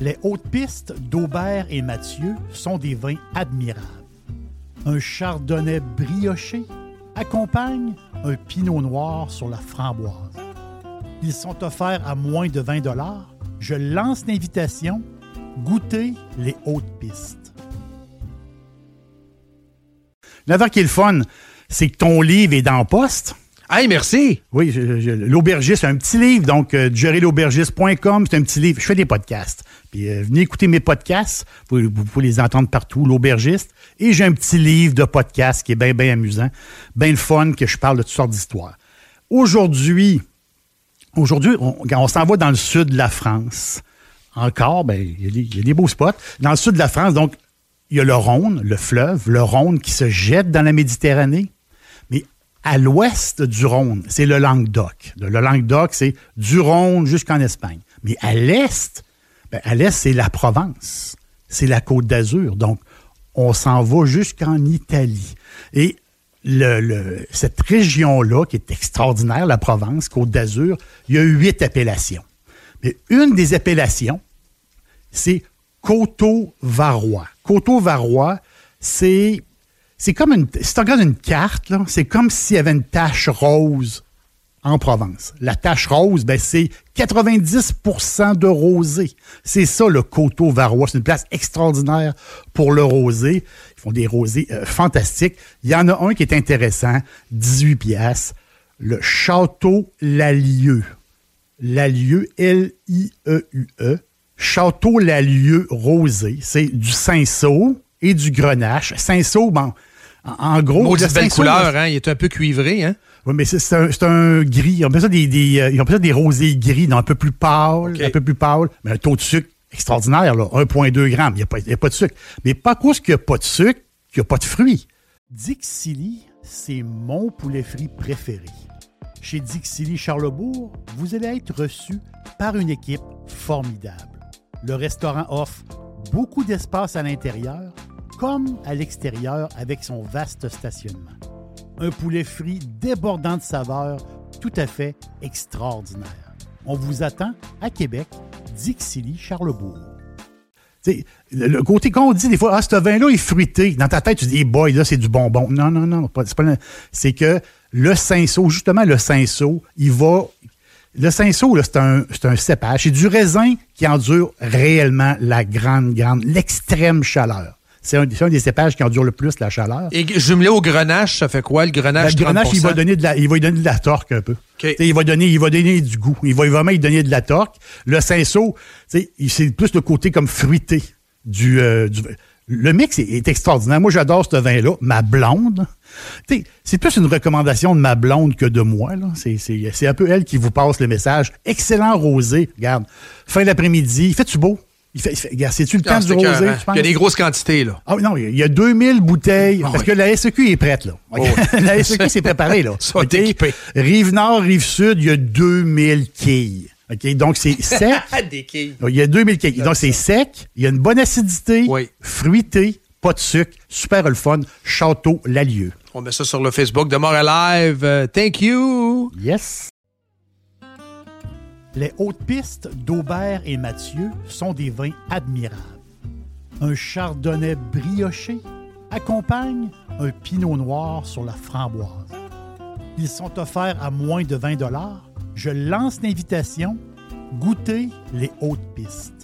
Les hautes pistes d'Aubert et Mathieu sont des vins admirables. Un chardonnay brioché accompagne un pinot noir sur la framboise. Ils sont offerts à moins de 20 $. Je lance l'invitation. Goûtez les hautes pistes. L'affaire qui est le fun, c'est que ton livre est dans le poste. Hey, merci! Oui, l'aubergiste, un petit livre, donc jerryLaubergiste.com, c'est un petit livre. Je fais des podcasts. Puis venez écouter mes podcasts, vous pouvez les entendre partout, l'aubergiste. Et j'ai un petit livre de podcast qui est bien, bien amusant, bien le fun, que je parle de toutes sortes d'histoires. Aujourd'hui, on s'en va dans le sud de la France. Encore, il y a des beaux spots. Dans le sud de la France, donc, il y a le Rhône, le fleuve, le Rhône qui se jette dans la Méditerranée. Mais à l'ouest du Rhône, c'est le Languedoc. Le Languedoc, c'est du Rhône jusqu'en Espagne. Mais à l'est, c'est la Provence. C'est la Côte d'Azur. Donc, on s'en va jusqu'en Italie. Et cette région-là, qui est extraordinaire, la Provence, Côte d'Azur, il y a 8 appellations. Mais une des appellations, c'est Coteaux-Varois. Coteaux-Varois, c'est comme si tu regardes une carte, là, c'est comme s'il y avait une tache rose en Provence. La tache rose, c'est 90% de rosé. C'est ça, le Coteaux-Varois. C'est une place extraordinaire pour le rosé. Ils font des rosés fantastiques. Il y en a un qui est intéressant, 18 $, le Château Lallieu. Lallieu, L-I-E-U-E. Château Lallieu rosé. C'est du Cinsault et du Grenache. Cinsault, en gros... Maudite belle couleur, hein? Il est un peu cuivré, hein? Oui, mais c'est un gris. Ils appellent ça des rosés gris, un peu plus pâle, okay. Un peu plus pâle. Mais un taux de sucre extraordinaire, là, 1,2 g. Il n'y a pas de sucre. Mais pas à cause qu'il n'y a pas de sucre, qu'il n'y a pas de fruits. Dixili, c'est mon poulet frit préféré. Chez Dixili Charlebourg, vous allez être reçu par une équipe formidable. Le restaurant offre beaucoup d'espace à l'intérieur comme à l'extérieur avec son vaste stationnement. Un poulet frit débordant de saveurs, tout à fait extraordinaire. On vous attend à Québec, Dixili Charlebourg. T'sais, le côté, quand on dit des fois, ce vin-là est fruité, dans ta tête, tu dis, hey boy, là, c'est du bonbon. Non, c'est que le Cinsault, justement, le Cinsault, le Cinsault, là, c'est un cépage. C'est du raisin qui endure réellement l'extrême chaleur. C'est un des cépages qui endure le plus la chaleur. Et jumelé au Grenache, ça fait quoi, le Grenache? Le Grenache, il va lui donner de la torque un peu. Okay. Il va donner du goût. Il va vraiment lui donner de la torque. Le Cinsault, c'est plus le côté comme fruité du le mix est extraordinaire. Moi, j'adore ce vin-là. Ma blonde, c'est plus une recommandation de ma blonde que de moi. Là. C'est un peu elle qui vous passe le message. Excellent rosé. Regarde, fin d'après-midi. Il fait-tu beau? Regarde, c'est-tu le temps du rosé, tu penses? Il y a des grosses quantités, là. Ah non, il y a 2000 bouteilles. Parce que la SEQ est prête, là. Oh, oui. La SEQ s'est préparée, là. Ça va être équipé. Rive-Nord, Rive-Sud, il y a 2000 quilles. OK? Donc, c'est sec. Des quilles. Il y a 2000 quilles. Donc, c'est sec. Il y a une bonne acidité. Oui. Fruité. Pas de sucre. Super le fun. Château Lallieu. On met ça sur le Facebook de Mort Alive. Thank you. Yes. Les hautes pistes d'Aubert et Mathieu sont des vins admirables. Un chardonnay brioché accompagne un pinot noir sur la framboise. Ils sont offerts à moins de 20 $. Je lance l'invitation. Goûtez les hautes pistes.